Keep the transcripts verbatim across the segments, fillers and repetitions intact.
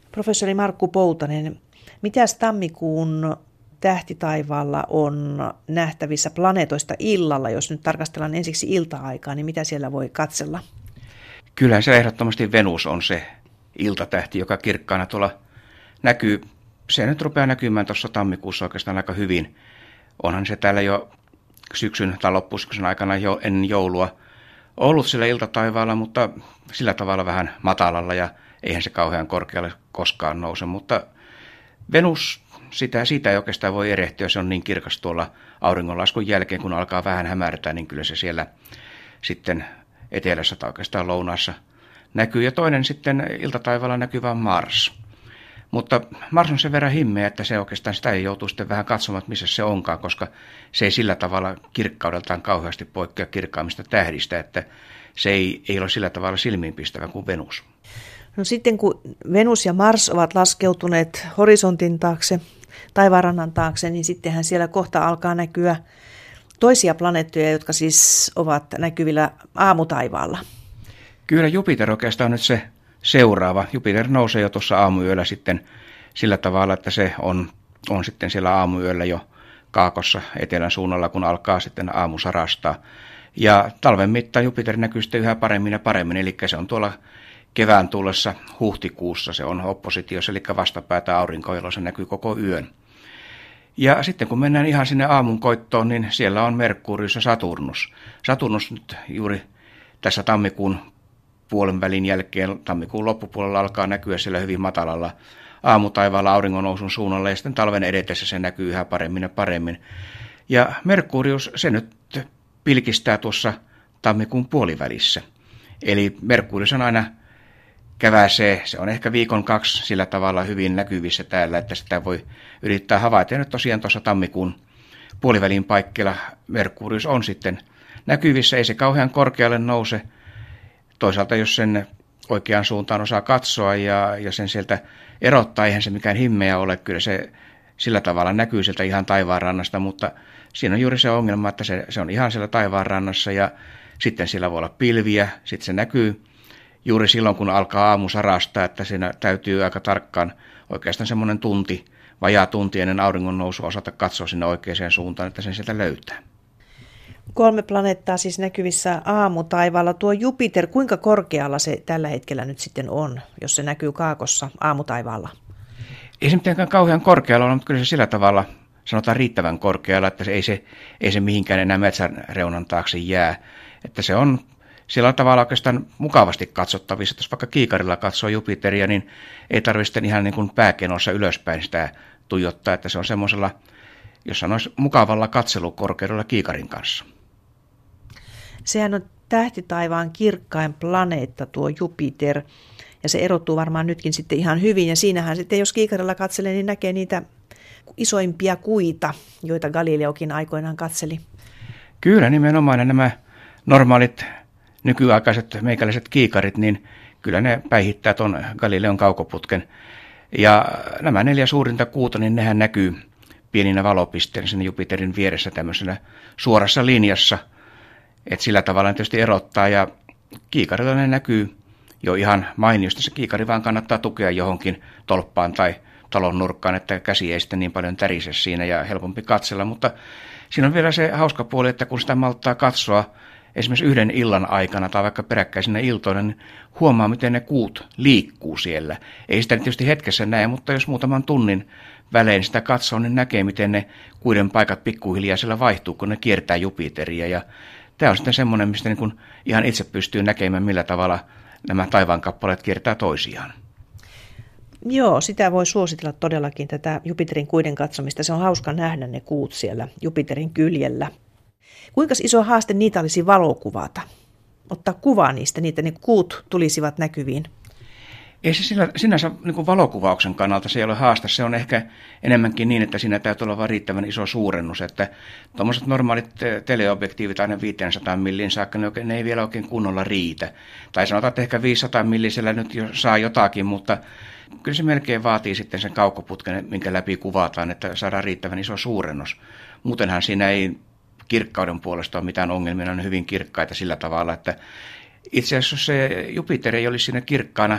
Professori Markku Poutanen, mitäs tammikuun tähtitaivaalla on nähtävissä planeetoista illalla? Jos nyt tarkastellaan ensiksi ilta-aikaa, niin mitä siellä voi katsella? Kyllä se ehdottomasti Venus on se iltatähti, joka kirkkaana tuolla näkyy. Se nyt rupeaa näkymään tuossa tammikuussa oikeastaan aika hyvin. Onhan se täällä jo syksyn tai loppusyksyn aikana jo ennen joulua ollut sillä iltataivaalla, mutta sillä tavalla vähän matalalla ja eihän se kauhean korkealle koskaan nouse. Mutta Venus, sitä, siitä ei oikeastaan voi erehtyä, se on niin kirkas tuolla auringonlaskun jälkeen, kun alkaa vähän hämärtää, niin kyllä se siellä sitten etelässä tai oikeastaan lounaassa näkyy. Ja toinen sitten iltataivaalla näkyvä Mars. Mutta Mars on sen verran himmeä, että se oikeastaan sitä ei joutu sitten vähän katsomaan, missä se onkaan, koska se ei sillä tavalla kirkkaudeltaan kauheasti poikkea kirkkaimmista tähdistä, että se ei, ei ole sillä tavalla silmiinpistävä kuin Venus. No sitten kun Venus ja Mars ovat laskeutuneet horisontin taakse, taivaanrannan taakse, niin sittenhän siellä kohta alkaa näkyä toisia planeettoja, jotka siis ovat näkyvillä aamutaivaalla. Kyllä Jupiter oikeastaan on nyt se seuraava. Jupiter nousee jo tuossa aamuyöllä sitten sillä tavalla, että se on, on sitten siellä aamuyöllä jo kaakossa etelän suunnalla, kun alkaa sitten aamu sarastaa. Ja talven mittaan Jupiter näkyy sitten yhä paremmin ja paremmin, eli se on tuolla kevään tullessa huhtikuussa, se on oppositiossa, eli vastapäätä aurinkoa, jolloin se näkyy koko yön. Ja sitten kun mennään ihan sinne aamunkoittoon, niin siellä on Merkurius ja Saturnus. Saturnus nyt juuri tässä tammikuun puolen välin jälkeen, tammikuun loppupuolella alkaa näkyä siellä hyvin matalalla aamutaivaalla auringonnousun suunnalla, ja sitten talven edetessä se näkyy yhä paremmin ja paremmin. Ja Merkurius, se nyt pilkistää tuossa tammikuun puolivälissä. Eli Merkurius on aina käväisee, se on ehkä viikon kaksi sillä tavalla hyvin näkyvissä täällä, että sitä voi yrittää havaita. Ja nyt tosiaan tuossa tammikuun puolivälin paikkeilla Merkurius on sitten näkyvissä, ei se kauhean korkealle nouse. Toisaalta jos sen oikeaan suuntaan osaa katsoa ja, ja sen sieltä erottaa, eihän se mikään himmeä ole, kyllä se sillä tavalla näkyy sieltä ihan taivaanrannasta, mutta siinä on juuri se ongelma, että se, se on ihan siellä taivaanrannassa ja sitten siellä voi olla pilviä, sitten se näkyy juuri silloin, kun alkaa aamu sarastaa, että siinä täytyy aika tarkkaan oikeastaan semmoinen tunti, vajaa tunti ennen auringon nousua osata katsoa sinne oikeaan suuntaan, että sen sieltä löytää. Kolme planeettaa siis näkyvissä aamutaivaalla. Tuo Jupiter, kuinka korkealla se tällä hetkellä nyt sitten on, jos se näkyy kaakossa aamutaivaalla? Ei se mitenkään kauhean korkealla ole, mutta kyllä se sillä tavalla sanotaan riittävän korkealla, että se ei, se, ei se mihinkään enää metsän reunan taakse jää. Että se on sillä tavalla oikeastaan mukavasti katsottavissa. Jos vaikka kiikarilla katsoo Jupiteria, niin ei tarvitse sitten ihan niin kuin pääkenossa ylöspäin sitä tuijottaa, että se on semmoisella, jos sanoisi, mukavalla katselukorkeudella kiikarin kanssa. Sehän on tähtitaivaan kirkkain planeetta tuo Jupiter, ja se erottuu varmaan nytkin sitten ihan hyvin, ja siinähän sitten, jos kiikarilla katselee, niin näkee niitä isoimpia kuita, joita Galileokin aikoinaan katseli. Kyllä, nimenomaan nämä normaalit nykyaikaiset meikäläiset kiikarit, niin kyllä ne päihittää tuon Galileon kaukoputken. Ja nämä neljä suurinta kuuta, niin nehän näkyy pieninä valopisteinä sinne Jupiterin vieressä tämmöisenä suorassa linjassa. Että sillä tavalla ne tietysti erottaa, ja kiikarilla ne näkyy jo ihan mainiosta. Se kiikari vaan kannattaa tukea johonkin tolppaan tai talon nurkkaan, että käsi ei sitten niin paljon tärise siinä ja helpompi katsella. Mutta siinä on vielä se hauska puoli, että kun sitä malttaa katsoa esimerkiksi yhden illan aikana tai vaikka peräkkäisinä iltoina, niin huomaa, miten ne kuut liikkuu siellä. Ei sitä tietysti hetkessä näe, mutta jos muutaman tunnin välein sitä katsoo, niin näkee, miten ne kuiden paikat pikkuhiljaa siellä vaihtuu, kun ne kiertää Jupiteria. Ja tämä on sitten semmoinen, mistä niin kuin ihan itse pystyy näkemään, millä tavalla nämä taivaankappaleet kiertää toisiaan. Joo, sitä voi suositella todellakin tätä Jupiterin kuiden katsomista. Se on hauska nähdä ne kuut siellä Jupiterin kyljellä. Kuinka iso haaste niitä olisi valokuvata? Ottaa kuvaa niistä, niitä ne kuut tulisivat näkyviin. Ei se sillä, sinänsä niin kuin valokuvauksen kannalta se ei ole haaste. Se on ehkä enemmänkin niin, että siinä täytyy olla vain riittävän iso suurennus. Että tuommoiset normaalit teleobjektiivit aina viisisataa millin saakka, ne, ne ei vielä oikein kunnolla riitä. Tai sanotaan, että ehkä viisisataa millisellä nyt jo saa jotakin, mutta kyllä se melkein vaatii sitten sen kaukoputken, minkä läpi kuvataan, että saadaan riittävän iso suurennus. Muutenhan siinä ei kirkkauden puolesta ole mitään ongelmia, ne on hyvin kirkkaita sillä tavalla, että itse asiassa se Jupiter ei olisi siinä kirkkaana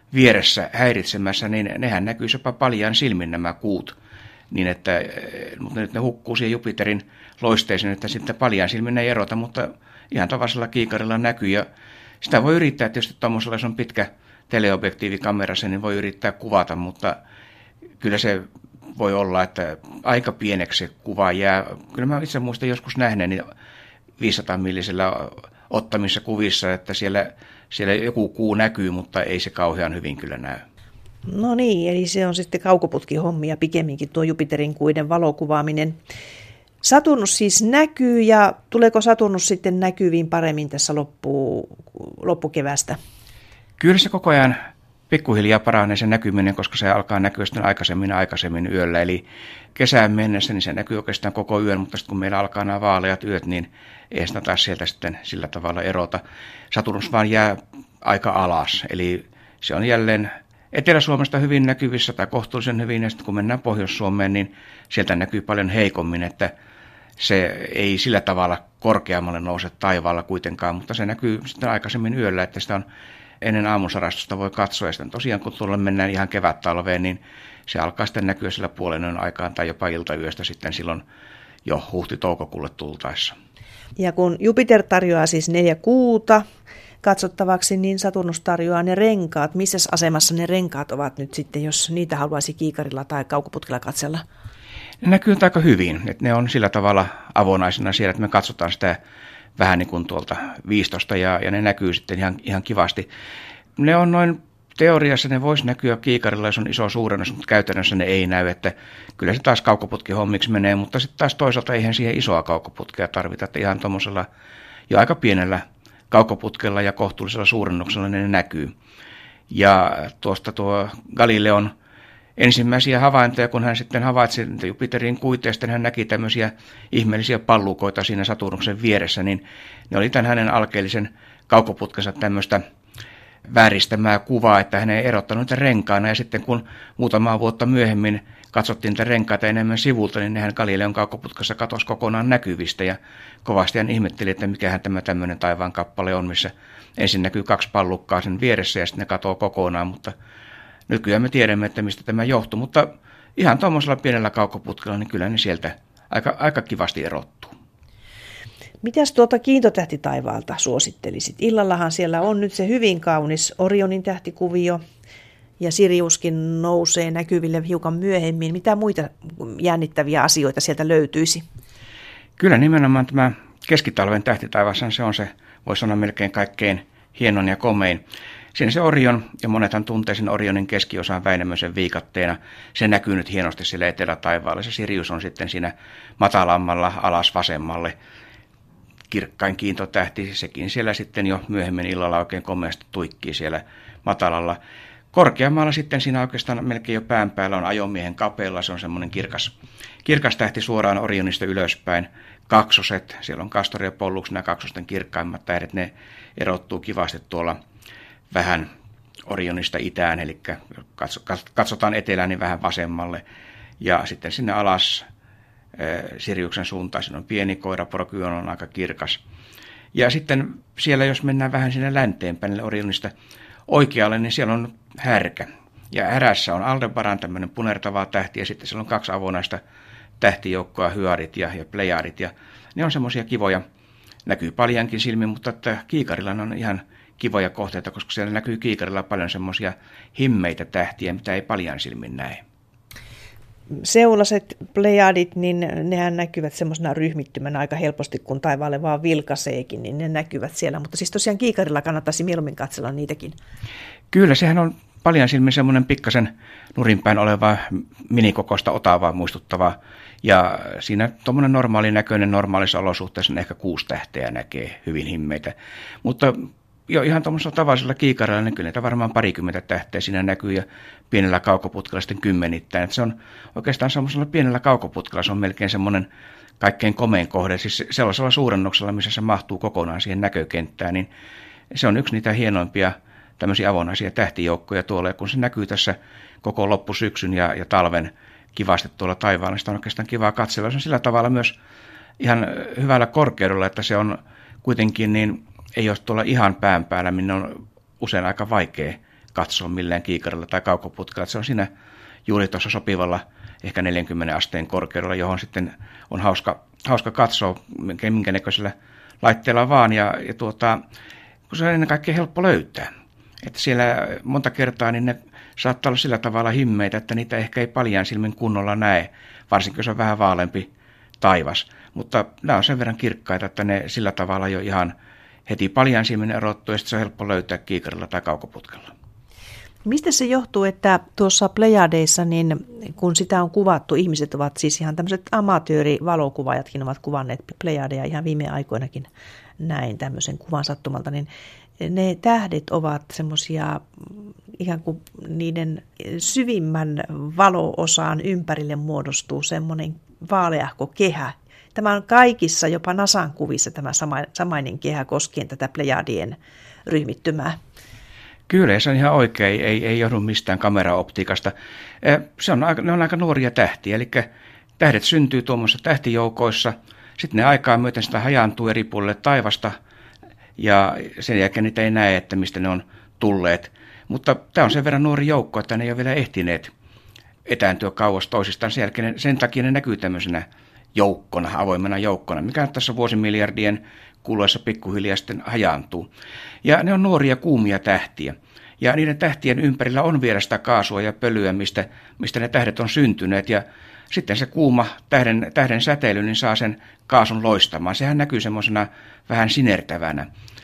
vieressä häiritsemässä, niin nehän näkyy jopa paljaan silmin nämä kuut. Niin että, mutta nyt ne hukkuu siihen Jupiterin loisteeseen, että sitten paljaan silmin ei erota, mutta ihan tavallisella kiikarilla näkyy. Ja sitä voi yrittää, tietysti tuommoisella, jos on pitkä teleobjektiivikamerassa, niin voi yrittää kuvata, mutta kyllä se voi olla, että aika pieneksi se kuva jää. Kyllä mä itse muistan joskus nähneeni viisisataa millisellä ottamissa kuvissa, että siellä, siellä joku kuu näkyy, mutta ei se kauhean hyvin kyllä näy. No niin, eli se on sitten kaukoputkihommia pikemminkin tuo Jupiterin kuiden valokuvaaminen. Saturnus siis näkyy, ja tuleeko Saturnus sitten näkyviin paremmin tässä loppu, loppukevästä? Kyllä se koko ajan pikkuhiljaa paranee se näkyminen, koska se alkaa näkyä sitten aikaisemmin aikaisemmin yöllä. Eli kesään mennessä niin se näkyy oikeastaan koko yön, mutta sitten kun meillä alkaa nämä vaaleat yöt, niin ei sitä taas sieltä sitten sillä tavalla erota. Saturnus vaan jää aika alas, eli se on jälleen Etelä-Suomesta hyvin näkyvissä tai kohtuullisen hyvin, ja sitten kun mennään Pohjois-Suomeen, niin sieltä näkyy paljon heikommin, että se ei sillä tavalla korkeammalle nouse taivaalla kuitenkaan, mutta se näkyy sitten aikaisemmin yöllä, että sitä on ennen aamusarastusta voi katsoa, ja sitten tosiaan kun tuolla mennään ihan kevättalveen, niin se alkaa sitten näkyä sillä puolen yön aikaan tai jopa iltayöstä sitten silloin jo huhti-toukokuulle tultaessa. Ja kun Jupiter tarjoaa siis neljä kuuta katsottavaksi, niin Saturnus tarjoaa ne renkaat. Missä asemassa ne renkaat ovat nyt sitten, jos niitä haluaisi kiikarilla tai kaukoputkilla katsella? Ne näkyy aika hyvin, että ne on sillä tavalla avonaisena siellä, että me katsotaan sitä vähän niin kuin tuolta viistosta ja, ja ne näkyy sitten ihan, ihan kivasti. Ne on noin teoriassa, ne voisi näkyä kiikarilla, jos on iso suurennus, mutta käytännössä ne ei näy, että kyllä se taas kaukoputki hommiksi menee, mutta sitten taas toisaalta eihän siihen isoa kaukoputkea tarvita, että ihan tuommoisella jo aika pienellä kaukoputkella ja kohtuullisella suurennuksella ne näkyy. Ja tuosta tuo Galileon ensimmäisiä havaintoja, kun hän sitten havaitsi Jupiterin kuiteista, hän näki tämmöisiä ihmeellisiä pallukoita siinä Saturnuksen vieressä, niin ne oli tämän hänen alkeellisen kaukoputkensa tämmöistä vääristämää kuvaa, että hän ei erottanut niitä renkaana, ja sitten kun muutamaa vuotta myöhemmin katsottiin niitä renkaita enemmän sivulta, niin nehän Galileon kaukoputkassa katosi kokonaan näkyvistä, ja kovasti hän ihmetteli, että mikähän tämä tämmöinen taivaan kappale on, missä ensin näkyy kaksi pallukkaa sen vieressä, ja sitten ne katoo kokonaan, mutta nykyään me tiedämme, että mistä tämä johtuu, mutta ihan tuommoisella pienellä kaukoputkella, niin kyllä ne sieltä aika, aika kivasti erottuu. Mitäs tuota kiintotähtitaivaalta suosittelisit? Illallahan siellä on nyt se hyvin kaunis Orionin tähtikuvio, ja Siriuskin nousee näkyville hiukan myöhemmin. Mitä muita jännittäviä asioita sieltä löytyisi? Kyllä nimenomaan tämä keskitalven tähtitaivassa se on se, voisi sanoa melkein kaikkein hienon ja komein. Siinä se Orion, ja monethan tuntee sen Orionin keskiosan Väinämöisen viikatteena. Se näkyy nyt hienosti sillä etelätaivaalla. Se Sirius on sitten siinä matalammalla alas vasemmalle. Kirkkain kiintotähti, sekin siellä sitten jo myöhemmin illalla oikein komeasti tuikkii siellä matalalla. Korkeammalla sitten siinä oikeastaan melkein jo pään päällä on ajomiehen kapealla. Se on semmoinen kirkas, kirkas tähti suoraan Orionista ylöspäin. Kaksoset, siellä on Castor ja Pollux, nämä kaksosten kirkkaimmat tähdet, ne erottuu kivasti tuolla vähän Orionista itään, eli katsotaan etelään niin vähän vasemmalle. Ja sitten sinne alas Siriuksen suuntaan, siinä on pieni koira, Procyon on aika kirkas. Ja sitten siellä, jos mennään vähän sinne länteenpäin Orionista oikealle, niin siellä on härkä. Ja härässä on Aldebaran tämmöinen punertava tähti, ja sitten siellä on kaksi avonaista tähtijoukkoa, Hyarit ja, ja Plejadit. Ja ne on semmoisia kivoja, näkyy paljankin silmin, mutta että kiikarilla on ihan kivoja kohteita, koska siellä näkyy kiikarilla paljon semmoisia himmeitä tähtiä, mitä ei paljan silmin näe. Seulaset Plejadit, niin nehän näkyvät semmoisena ryhmittymänä aika helposti, kun taivaalle vaan vilkaiseekin, niin ne näkyvät siellä. Mutta siis tosiaan kiikarilla kannattaisi mieluummin katsella niitäkin. Kyllä, sehän on paljan silmin semmoinen pikkasen nurinpäin oleva minikokoista Otavaa muistuttava. Ja siinä tuommoinen normaali näköinen normaalissa olosuhteessa ehkä kuusi tähteä näkee hyvin himmeitä. Mutta jo ihan tuommoisella tavallisella kiikarilla, niin kyllä niitä varmaan parikymmentä tähteä siinä näkyy ja pienellä kaukoputkella sitten kymmenittäin. Että se on oikeastaan semmoisella pienellä kaukoputkella, se on melkein semmoinen kaikkein komein kohde, siis sellaisella suurennuksella, missä se mahtuu kokonaan siihen näkökenttään, niin se on yksi niitä hienoimpia tämmöisiä avonaisia tähtijoukkoja tuolla, ja kun se näkyy tässä koko loppusyksyn ja, ja talven kivasti tuolla taivaalla, niin sitä on oikeastaan kivaa katsella. Se on sillä tavalla myös ihan hyvällä korkeudella, että se on kuitenkin niin, ei ole tuolla ihan pään päällä, minne on usein aika vaikea katsoa millään kiikarilla tai kaukoputkella. Se on siinä juuri tuossa sopivalla ehkä neljänkymmenen asteen korkeudella, johon sitten on hauska, hauska katsoa minkä näköisellä laitteella vaan. Ja, ja tuota, kun se on ennen kaikkea helppo löytää. Että siellä monta kertaa niin ne saattaa olla sillä tavalla himmeitä, että niitä ehkä ei paljaan silmin kunnolla näe, varsinkin jos on vähän vaaleampi taivas. Mutta nämä on sen verran kirkkaita, että ne sillä tavalla jo ihan heti paljaan silmin erottuu, ja sitten se on helppo löytää kiikarilla tai kaukoputkella. Mistä se johtuu, että tuossa Plejadeissa, niin kun sitä on kuvattu, ihmiset ovat siis ihan tämmöiset amatöörivalokuvaajatkin ovat kuvanneet Plejadeja ihan viime aikoinakin näin tämmöisen kuvan sattumalta, niin ne tähdet ovat semmoisia ikään kuin niiden syvimmän valo-osaan ympärille muodostuu semmoinen vaaleahko kehä. Tämä on kaikissa, jopa NASAn kuvissa tämä sama, samainen kehä koskien tätä Plejadien ryhmittymää. Kyllä, se on ihan oikein, ei, ei johdu mistään kameraoptiikasta. Se on, ne on aika nuoria tähtiä, eli tähdet syntyy tuommoisissa tähtijoukoissa, sitten ne aikaa myöten sitä hajaantuu eri puolille taivasta, ja sen jälkeen niitä ei näe, että mistä ne on tulleet. Mutta tämä on sen verran nuori joukko, että ne ei ole vielä ehtineet etääntyä kauas toisistaan. Sen, jälkeen, sen takia ne näkyy tämmöisenä joukkona, avoimena joukkona, mikä tässä vuosimiljardien kuluessa pikkuhiljaa sitten hajaantuu. Ja ne on nuoria kuumia tähtiä. Ja niiden tähtien ympärillä on vielä sitä kaasua ja pölyä, mistä, mistä ne tähdet on syntyneet. Ja sitten se kuuma tähden, tähden säteily niin saa sen kaasun loistamaan. Sehän näkyy semmoisena vähän sinertävänä.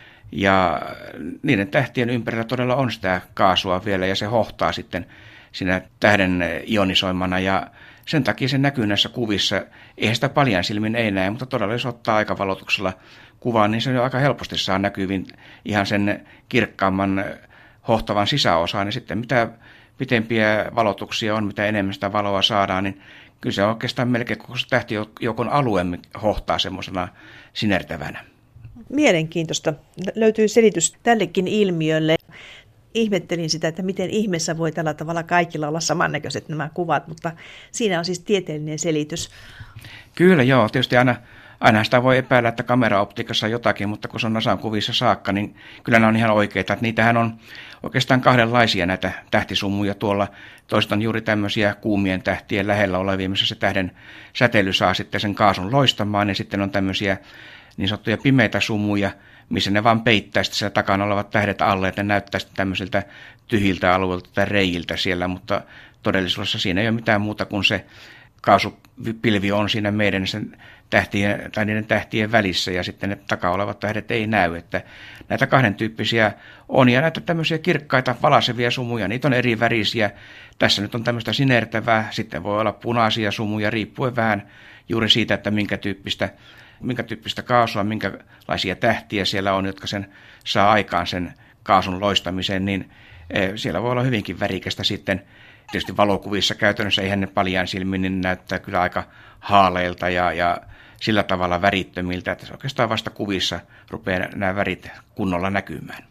Ja niiden tähtien ympärillä todella on sitä kaasua vielä, ja se hohtaa sitten siinä tähden ionisoimana. Ja sen takia se näkyy näissä kuvissa. Eihän sitä paljon silmin ei näe, mutta todella jos ottaa aikavalotuksella kuvaan, niin se jo aika helposti saa näkyvin ihan sen kirkkaamman hohtavan sisäosaan. Ja sitten mitä pitempiä valotuksia on, mitä enemmän sitä valoa saadaan, niin kyllä se oikeastaan melkein koko tähtijoukon alue hohtaa semmoisena sinertävänä. Mielenkiintoista. Löytyy selitys tällekin ilmiölle. Ihmettelin sitä, että miten ihmeessä voi tällä tavalla kaikilla olla samannäköiset nämä kuvat, mutta siinä on siis tieteellinen selitys. Kyllä joo, tietysti aina, aina sitä voi epäillä, että kameraoptiikassa on jotakin, mutta kun se on NASAn kuvissa saakka, niin kyllä ne on ihan oikeita. Että niitähän on oikeastaan kahdenlaisia näitä tähtisummuja tuolla. Toiset on juuri tämmöisiä kuumien tähtien lähellä olevia, missä se tähden säteily saa sitten sen kaasun loistamaan, ja sitten on tämmöisiä niin sanottuja pimeitä sumuja, missä ne vaan peittää sitten siellä takana olevat tähdet alle, että ne näyttää sitten tämmöisiltä tyhjiltä alueilta tai reijiltä siellä, mutta todellisuudessa siinä ei ole mitään muuta kuin se kaasupilvi on siinä meidän sen tähtien, tai niiden tähtien välissä, ja sitten ne takaa olevat tähdet ei näy, että näitä kahden tyyppisiä on, ja näitä tämmöisiä kirkkaita valaisevia sumuja, niitä on eri värisiä. Tässä nyt on tämmöistä sinertävää, sitten voi olla punaisia sumuja, riippuen vähän juuri siitä, että minkä tyyppistä minkä tyyppistä kaasua, minkälaisia tähtiä siellä on, jotka sen saa aikaan sen kaasun loistamiseen, niin siellä voi olla hyvinkin värikästä sitten. Tietysti valokuvissa käytännössä eihän ne paljaan silmin, niin näyttää kyllä aika haaleilta ja, ja sillä tavalla värittömiltä, että se oikeastaan vasta kuvissa rupeaa nämä värit kunnolla näkymään.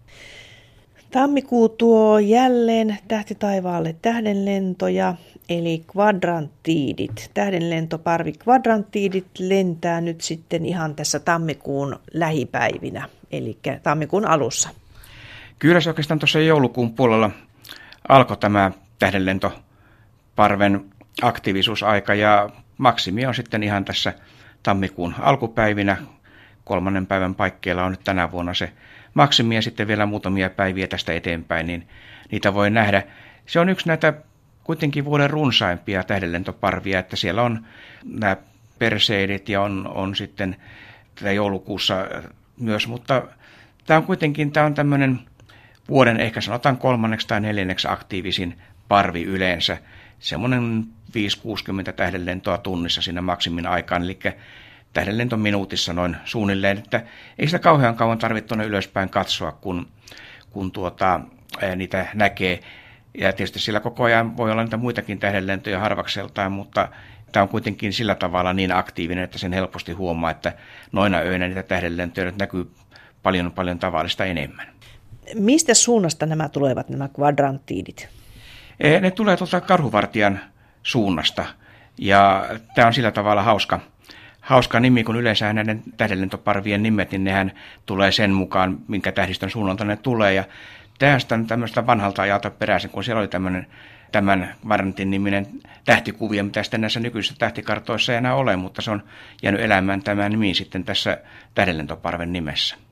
Tammikuu tuo jälleen tähtitaivaalle tähdenlentoja, eli kvadranttiidit. Tähdenlentoparvi kvadranttiidit lentää nyt sitten ihan tässä tammikuun lähipäivinä, eli tammikuun alussa. Kyllä se oikeastaan tuossa joulukuun puolella alkoi tämä tähdenlentoparven aktiivisuusaika, ja maksimi on sitten ihan tässä tammikuun alkupäivinä. Kolmannen päivän paikkeilla on nyt tänä vuonna se maksimi, ja sitten vielä muutamia päiviä tästä eteenpäin, niin niitä voi nähdä. Se on yksi näitä kuitenkin vuoden runsaimpia tähdenlentoparvia, että siellä on nämä perseidit ja on, on sitten tätä joulukuussa myös, mutta tämä on kuitenkin tämä on tämmöinen vuoden ehkä sanotaan kolmanneksi tai neljänneksi aktiivisin parvi yleensä. Semmoinen viisi kuusikymmentä tähdenlentoa tunnissa siinä maksimin aikaan, eli tähdenlento minuutissa noin suunnilleen, että ei sitä kauhean kauan tarvitse tuonne ylöspäin katsoa, kun, kun tuota, ää, niitä näkee. Ja tietysti sillä koko ajan voi olla niitä muitakin tähdenlentoja harvakseltaan, mutta tämä on kuitenkin sillä tavalla niin aktiivinen, että sen helposti huomaa, että noina öinä niitä tähdenlentoja nyt näkyy paljon paljon tavallista enemmän. Mistä suunnasta nämä tulevat, nämä kvadranttiidit? Ne tulee tuolta Karhuvartijan suunnasta, ja tämä on sillä tavalla hauska. Hauska nimi, kun yleensä näiden tähdenlentoparvien nimet, niin nehän tulee sen mukaan, minkä tähdistön suunnalta ne tulee. Ja Tästä on tämmöistä vanhalta ajalta peräisin, kun siellä oli tämmöinen tämän Varantin niminen tähtikuvia, mitä sitten näissä nykyisissä tähtikartoissa ei enää ole, mutta se on jäänyt elämään tämä nimi sitten tässä tähdenlentoparven nimessä.